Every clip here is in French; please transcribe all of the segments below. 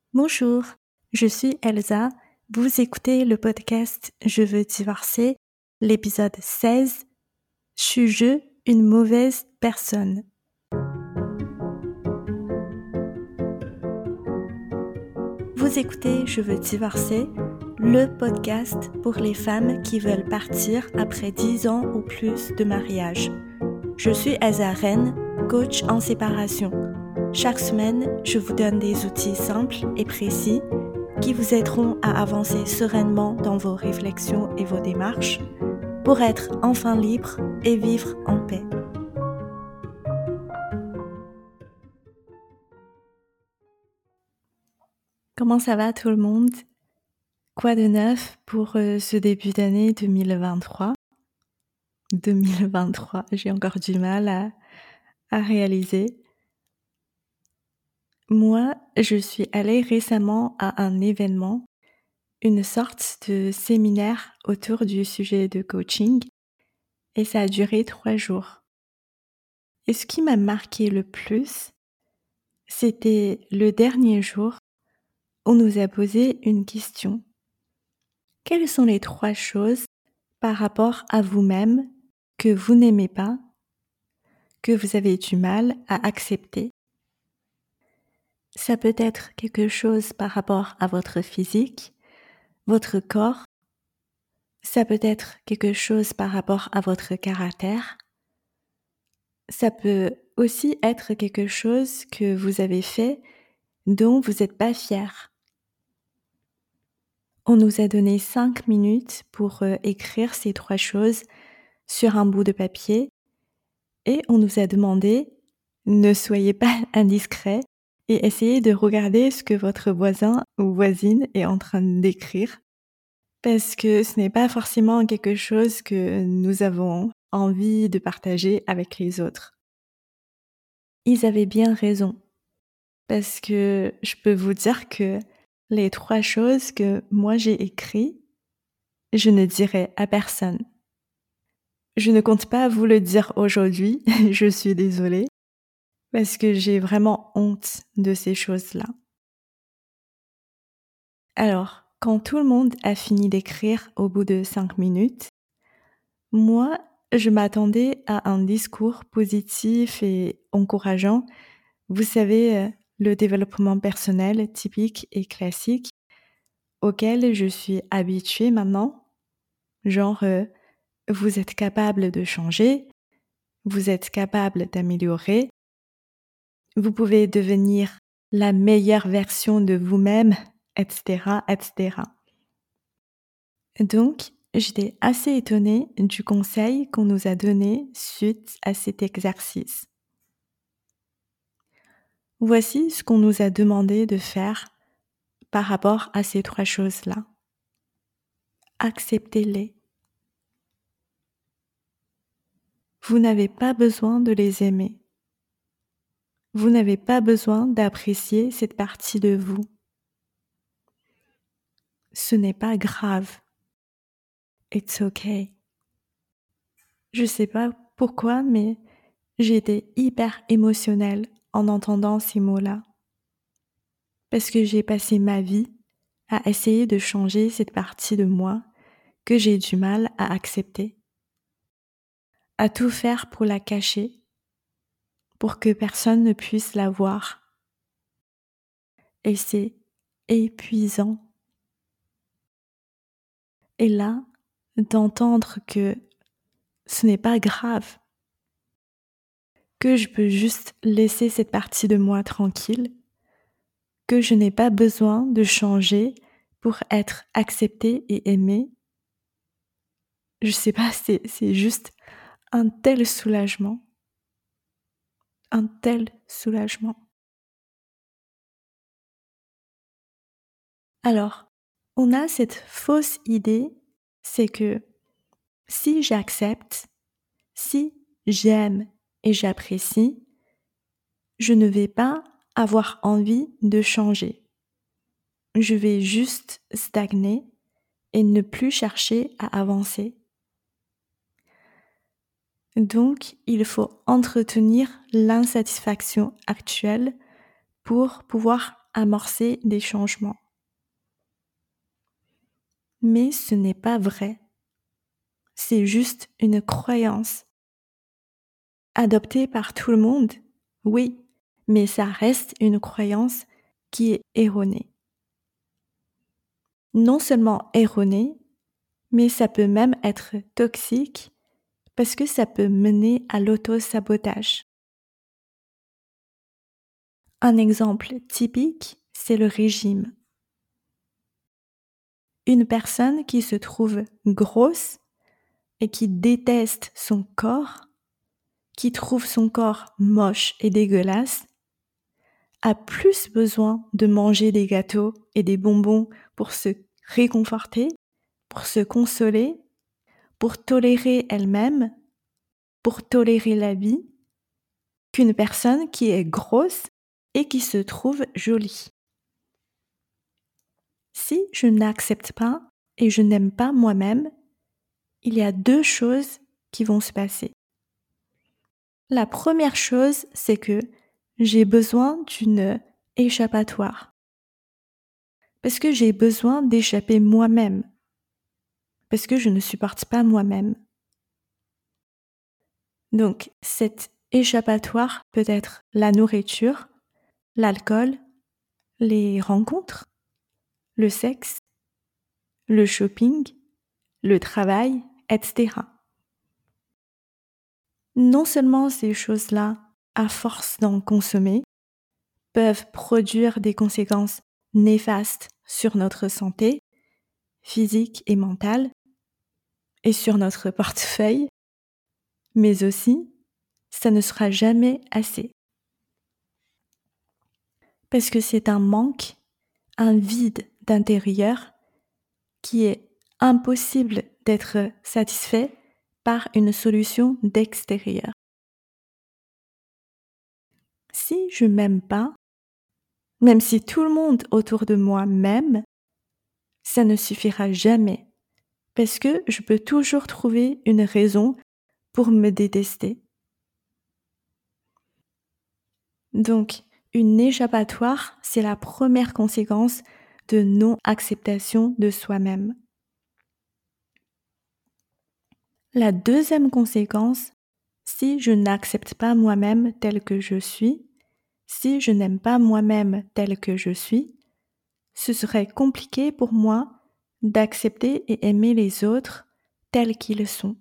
Bonjour, je suis Elsa. Vous écoutez le podcast Je veux divorcer, l'épisode 16. Suis-je une mauvaise personne? Vous écoutez Je veux divorcer, le podcast pour les femmes qui veulent partir après 10 ans ou plus de mariage. Je suis Elsa Rennes, coach en séparation. Chaque semaine, je vous donne des outils simples et précis qui vous aideront à avancer sereinement dans vos réflexions et vos démarches pour être enfin libre et vivre en paix. Comment ça va tout le monde? Quoi de neuf pour ce début d'année 2023? 2023, j'ai encore du mal à réaliser. Moi, je suis allée récemment à un événement, une sorte de séminaire autour du sujet de coaching, et ça a duré 3 jours. Et ce qui m'a marqué le plus, c'était le dernier jour, on nous a posé une question. Quelles sont les 3 choses par rapport à vous-même que vous n'aimez pas, que vous avez du mal à accepter? Ça peut être quelque chose par rapport à votre physique, votre corps. Ça peut être quelque chose par rapport à votre caractère. Ça peut aussi être quelque chose que vous avez fait dont vous n'êtes pas fier. On nous a donné 5 minutes pour écrire ces 3 choses sur un bout de papier et on nous a demandé ne soyez pas indiscret et essayez de regarder ce que votre voisin ou voisine est en train d'écrire parce que ce n'est pas forcément quelque chose que nous avons envie de partager avec les autres. Ils avaient bien raison parce que je peux vous dire que les 3 choses que moi j'ai écrites, je ne dirai à personne. Je ne compte pas vous le dire aujourd'hui, je suis désolée, parce que j'ai vraiment honte de ces choses-là. Alors, quand tout le monde a fini d'écrire au bout de 5 minutes, moi, je m'attendais à un discours positif et encourageant. Vous savez, le développement personnel typique et classique auquel je suis habituée maintenant. Genre, vous êtes capable de changer, vous êtes capable d'améliorer, vous pouvez devenir la meilleure version de vous-même, etc., etc. Donc, j'étais assez étonnée du conseil qu'on nous a donné suite à cet exercice. Voici ce qu'on nous a demandé de faire par rapport à ces 3 choses-là. Acceptez-les. Vous n'avez pas besoin de les aimer. Vous n'avez pas besoin d'apprécier cette partie de vous. Ce n'est pas grave. It's okay. Je sais pas pourquoi, mais j'ai été hyper émotionnelle en entendant ces mots-là. Parce que j'ai passé ma vie à essayer de changer cette partie de moi que j'ai du mal à accepter. À tout faire pour la cacher, pour que personne ne puisse la voir. Et c'est épuisant. Et là, d'entendre que ce n'est pas grave, que je peux juste laisser cette partie de moi tranquille, que je n'ai pas besoin de changer pour être acceptée et aimée. Je sais pas, c'est juste un tel soulagement. Un tel soulagement. Alors, on a cette fausse idée, c'est que si j'accepte, si j'aime et j'apprécie, je ne vais pas avoir envie de changer. Je vais juste stagner et ne plus chercher à avancer. Donc, il faut entretenir l'insatisfaction actuelle pour pouvoir amorcer des changements. Mais ce n'est pas vrai. C'est juste une croyance. Adoptée par tout le monde, oui, mais ça reste une croyance qui est erronée. Non seulement erronée, mais ça peut même être toxique parce que ça peut mener à l'auto-sabotage. Un exemple typique, c'est le régime. Une personne qui se trouve grosse et qui déteste son corps, qui trouve son corps moche et dégueulasse, a plus besoin de manger des gâteaux et des bonbons pour se réconforter, pour se consoler, pour tolérer elle-même, pour tolérer la vie, qu'une personne qui est grosse et qui se trouve jolie. Si je n'accepte pas et je n'aime pas moi-même, il y a deux choses qui vont se passer. La première chose, c'est que j'ai besoin d'une échappatoire. Parce que j'ai besoin d'échapper moi-même. Parce que je ne supporte pas moi-même. Donc, cette échappatoire peut être la nourriture, l'alcool, les rencontres, le sexe, le shopping, le travail, etc. Non seulement ces choses-là, à force d'en consommer, peuvent produire des conséquences néfastes sur notre santé, physique et mentale, et sur notre portefeuille, mais aussi, ça ne sera jamais assez. Parce que c'est un manque, un vide d'intérieur qui est impossible d'être satisfait par une solution d'extérieur. Si je m'aime pas, même si tout le monde autour de moi m'aime, ça ne suffira jamais parce que je peux toujours trouver une raison pour me détester. Donc, une échappatoire, c'est la première conséquence de non-acceptation de soi-même. La deuxième conséquence, si je n'accepte pas moi-même tel que je suis, si je n'aime pas moi-même tel que je suis, ce serait compliqué pour moi d'accepter et aimer les autres tels qu'ils sont.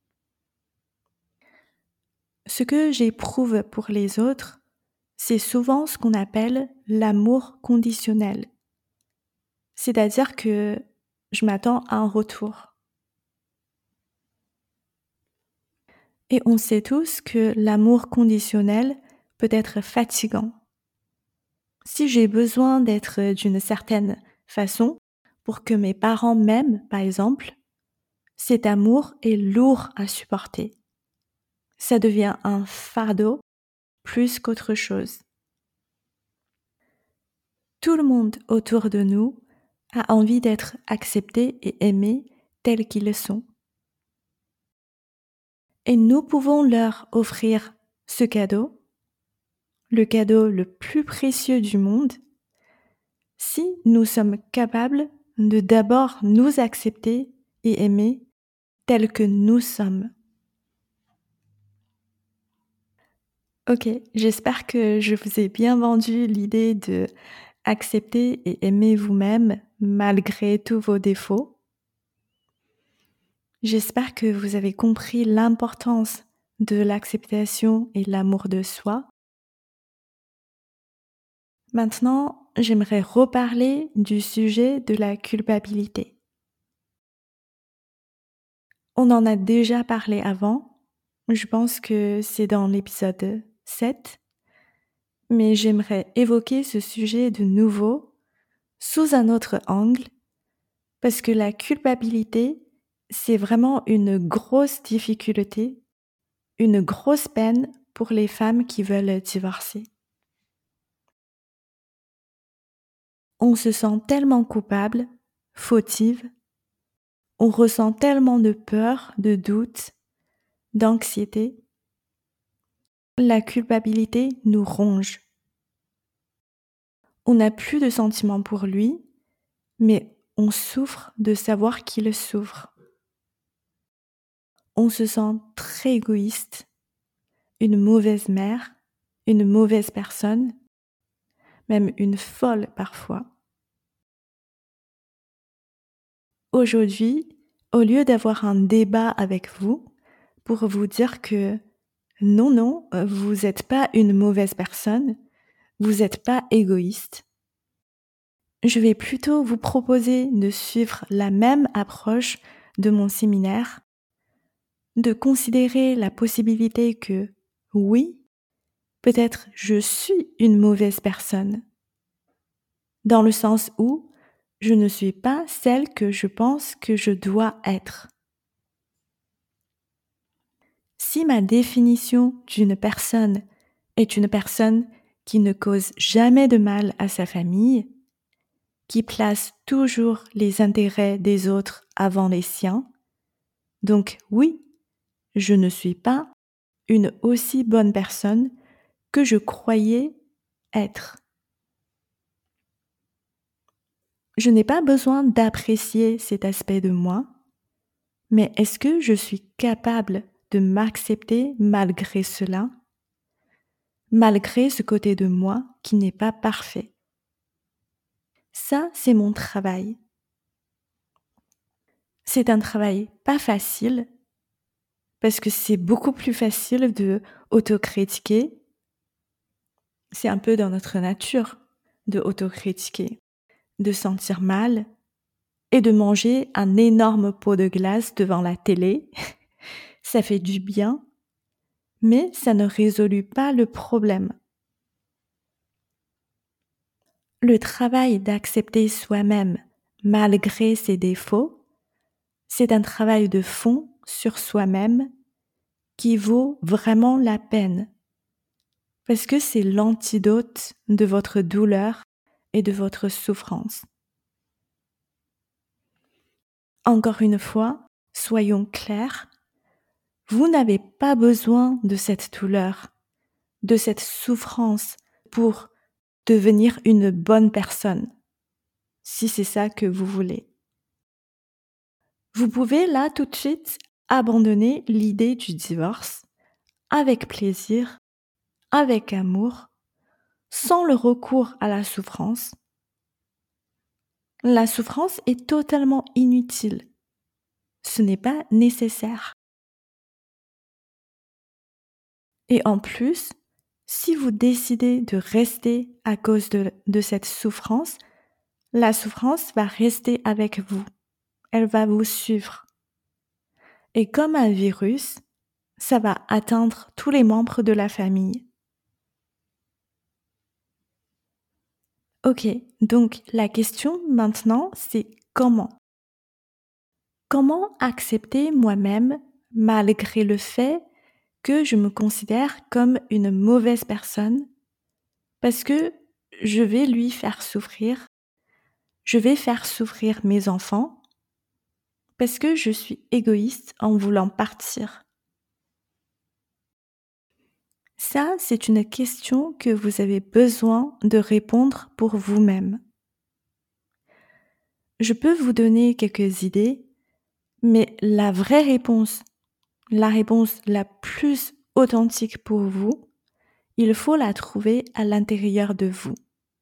Ce que j'éprouve pour les autres, c'est souvent ce qu'on appelle l'amour conditionnel. C'est-à-dire que je m'attends à un retour. Et on sait tous que l'amour conditionnel peut être fatigant. Si j'ai besoin d'être d'une certaine façon pour que mes parents m'aiment, par exemple, cet amour est lourd à supporter. Ça devient un fardeau plus qu'autre chose. Tout le monde autour de nous a envie d'être accepté et aimé tels qu'ils sont. Et nous pouvons leur offrir ce cadeau, le cadeau le plus précieux du monde, si nous sommes capables de d'abord nous accepter et aimer tels que nous sommes. Ok, j'espère que je vous ai bien vendu l'idée de accepter et aimer vous-même malgré tous vos défauts. J'espère que vous avez compris l'importance de l'acceptation et l'amour de soi. Maintenant, j'aimerais reparler du sujet de la culpabilité. On en a déjà parlé avant, je pense que c'est dans l'épisode 7, mais j'aimerais évoquer ce sujet de nouveau sous un autre angle, parce que la culpabilité, c'est vraiment une grosse difficulté, une grosse peine pour les femmes qui veulent divorcer. On se sent tellement coupable, fautive, on ressent tellement de peur, de doute, d'anxiété. La culpabilité nous ronge. On n'a plus de sentiments pour lui, mais on souffre de savoir qu'il souffre. On se sent très égoïste, une mauvaise mère, une mauvaise personne, même une folle parfois. Aujourd'hui, au lieu d'avoir un débat avec vous pour vous dire que non, vous n'êtes pas une mauvaise personne, vous n'êtes pas égoïste, je vais plutôt vous proposer de suivre la même approche de mon séminaire, de considérer la possibilité que oui, peut-être je suis une mauvaise personne, dans le sens où je ne suis pas celle que je pense que je dois être. Si ma définition d'une personne est une personne qui ne cause jamais de mal à sa famille, qui place toujours les intérêts des autres avant les siens, donc oui, je ne suis pas une aussi bonne personne que je croyais être. Je n'ai pas besoin d'apprécier cet aspect de moi, mais est-ce que je suis capable de m'accepter malgré cela, malgré ce côté de moi qui n'est pas parfait? Ça, c'est mon travail. C'est un travail pas facile, parce que c'est beaucoup plus facile de autocritiquer. C'est un peu dans notre nature de autocritiquer, de sentir mal et de manger un énorme pot de glace devant la télé. Ça fait du bien, mais ça ne résout pas le problème. Le travail d'accepter soi-même malgré ses défauts, c'est un travail de fond sur soi-même qui vaut vraiment la peine, parce que c'est l'antidote de votre douleur et de votre souffrance. Encore une fois, soyons clairs, vous n'avez pas besoin de cette douleur, de cette souffrance pour devenir une bonne personne, si c'est ça que vous voulez. Vous pouvez là tout de suite abandonner l'idée du divorce avec plaisir, avec amour, sans le recours à la souffrance. La souffrance est totalement inutile. Ce n'est pas nécessaire. Et en plus, si vous décidez de rester à cause de cette souffrance, la souffrance va rester avec vous. Elle va vous suivre. Et comme un virus, ça va atteindre tous les membres de la famille. Ok, donc la question maintenant, c'est comment? Comment accepter moi-même malgré le fait que je me considère comme une mauvaise personne parce que je vais lui faire souffrir, je vais faire souffrir mes enfants parce que je suis égoïste en voulant partir. Ça, c'est une question que vous avez besoin de répondre pour vous-même. Je peux vous donner quelques idées, mais la vraie réponse, la réponse la plus authentique pour vous, il faut la trouver à l'intérieur de vous.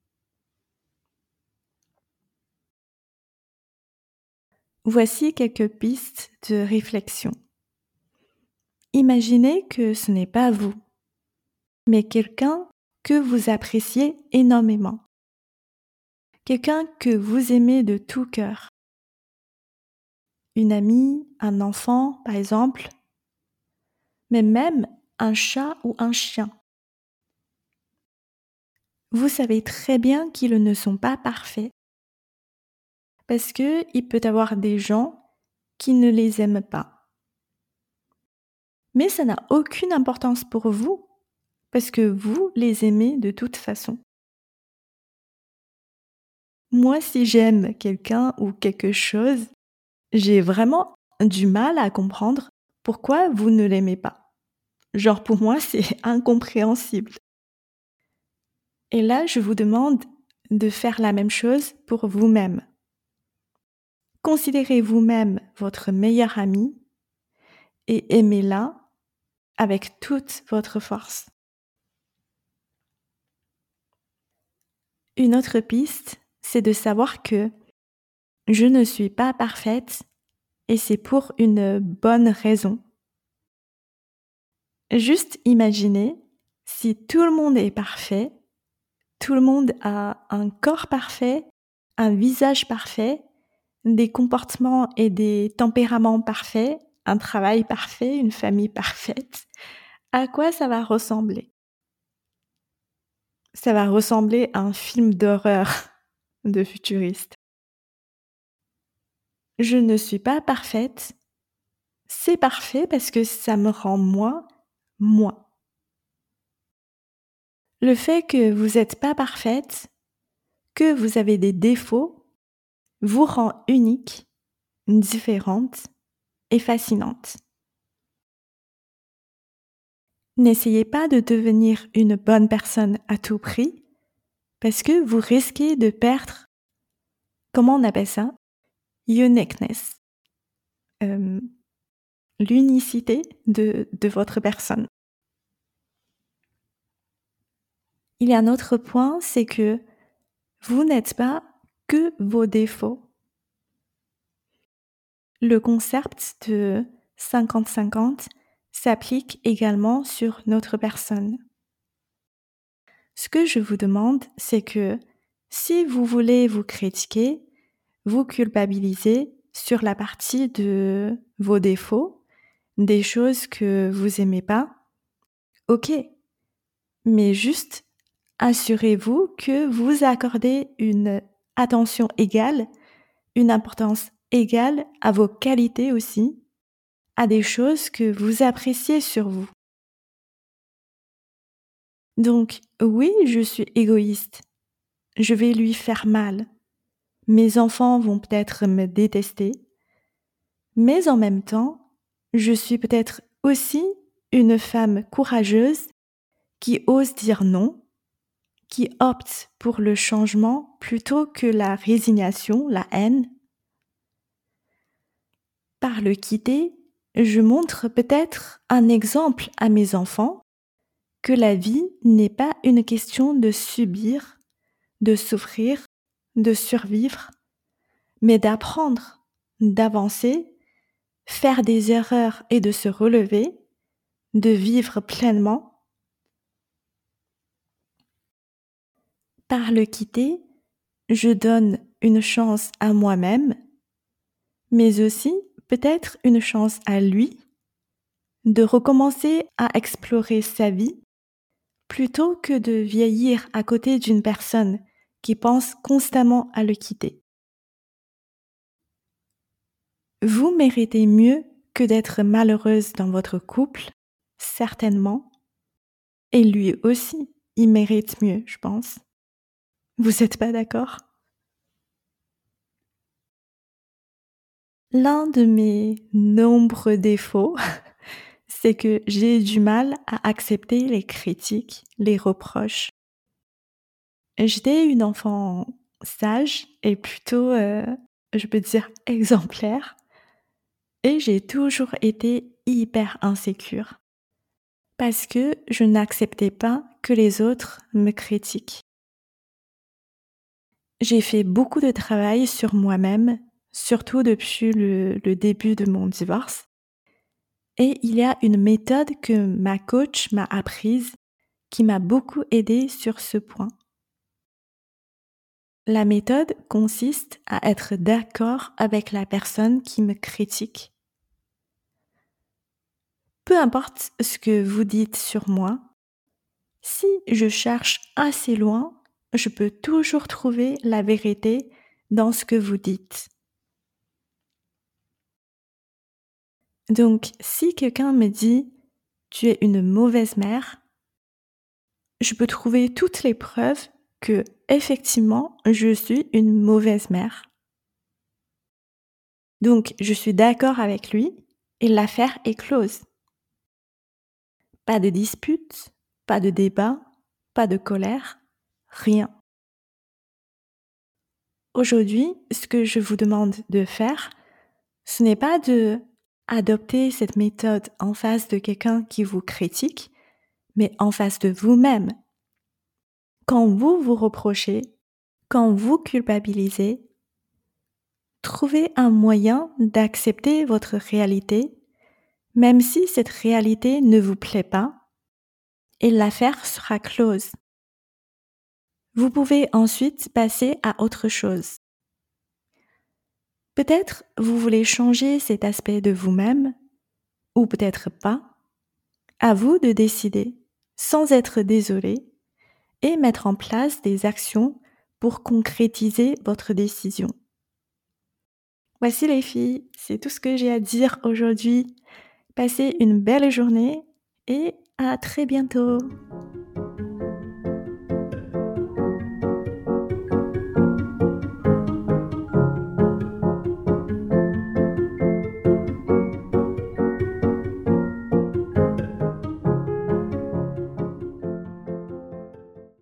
Voici quelques pistes de réflexion. Imaginez que ce n'est pas vous, mais quelqu'un que vous appréciez énormément. Quelqu'un que vous aimez de tout cœur. Une amie, un enfant, par exemple, mais même un chat ou un chien. Vous savez très bien qu'ils ne sont pas parfaits, parce qu'il peut y avoir des gens qui ne les aiment pas. Mais ça n'a aucune importance pour vous, parce que vous les aimez de toute façon. Moi, si j'aime quelqu'un ou quelque chose, j'ai vraiment du mal à comprendre pourquoi vous ne l'aimez pas. Genre pour moi, c'est incompréhensible. Et là, je vous demande de faire la même chose pour vous-même. Considérez vous-même votre meilleur ami et aimez-la avec toute votre force. Une autre piste, c'est de savoir que je ne suis pas parfaite et c'est pour une bonne raison. Juste imaginez si tout le monde est parfait, tout le monde a un corps parfait, un visage parfait, des comportements et des tempéraments parfaits, un travail parfait, une famille parfaite. À quoi ça va ressembler? Ça va ressembler à un film d'horreur de futuriste. Je ne suis pas parfaite. C'est parfait parce que ça me rend moi, moi. Le fait que vous n'êtes pas parfaite, que vous avez des défauts, vous rend unique, différente et fascinante. N'essayez pas de devenir une bonne personne à tout prix, parce que vous risquez de perdre, comment on appelle ça? Uniqueness, euh, l'unicité de votre personne. Il y a un autre point, c'est que vous n'êtes pas que vos défauts. Le concept de 50-50 s'applique également sur notre personne. Ce que je vous demande, c'est que si vous voulez vous critiquer, vous culpabiliser sur la partie de vos défauts, des choses que vous aimez pas, ok, mais juste assurez-vous que vous accordez une attention égale, une importance égale à vos qualités aussi, à des choses que vous appréciez sur vous. Donc, oui, je suis égoïste. Je vais lui faire mal. Mes enfants vont peut-être me détester. Mais en même temps, je suis peut-être aussi une femme courageuse qui ose dire non, qui opte pour le changement plutôt que la résignation, la haine. Par le quitter, je montre peut-être un exemple à mes enfants que la vie n'est pas une question de subir, de souffrir, de survivre, mais d'apprendre, d'avancer, faire des erreurs et de se relever, de vivre pleinement. Par le quitter, je donne une chance à moi-même, mais aussi peut-être une chance à lui de recommencer à explorer sa vie plutôt que de vieillir à côté d'une personne qui pense constamment à le quitter. Vous méritez mieux que d'être malheureuse dans votre couple, certainement, et lui aussi, il mérite mieux, je pense. Vous n'êtes pas d'accord? L'un de mes nombreux défauts, c'est que j'ai du mal à accepter les critiques, les reproches. J'étais une enfant sage et plutôt, je peux dire, exemplaire, et j'ai toujours été hyper insécure parce que je n'acceptais pas que les autres me critiquent. J'ai fait beaucoup de travail sur moi-même, surtout depuis le début de mon divorce. Et il y a une méthode que ma coach m'a apprise qui m'a beaucoup aidée sur ce point. La méthode consiste à être d'accord avec la personne qui me critique. Peu importe ce que vous dites sur moi, si je cherche assez loin, je peux toujours trouver la vérité dans ce que vous dites. Donc, si quelqu'un me dit « tu es une mauvaise mère », je peux trouver toutes les preuves que, effectivement, je suis une mauvaise mère. Donc, je suis d'accord avec lui et l'affaire est close. Pas de dispute, pas de débat, pas de colère, rien. Aujourd'hui, ce que je vous demande de faire, ce n'est pas de adopter cette méthode en face de quelqu'un qui vous critique, mais en face de vous-même. Quand vous vous reprochez, quand vous culpabilisez, trouvez un moyen d'accepter votre réalité, même si cette réalité ne vous plaît pas, et l'affaire sera close. Vous pouvez ensuite passer à autre chose. Peut-être vous voulez changer cet aspect de vous-même, ou peut-être pas. À vous de décider, sans être désolé, et mettre en place des actions pour concrétiser votre décision. Voici les filles, c'est tout ce que j'ai à dire aujourd'hui. Passez une belle journée et à très bientôt.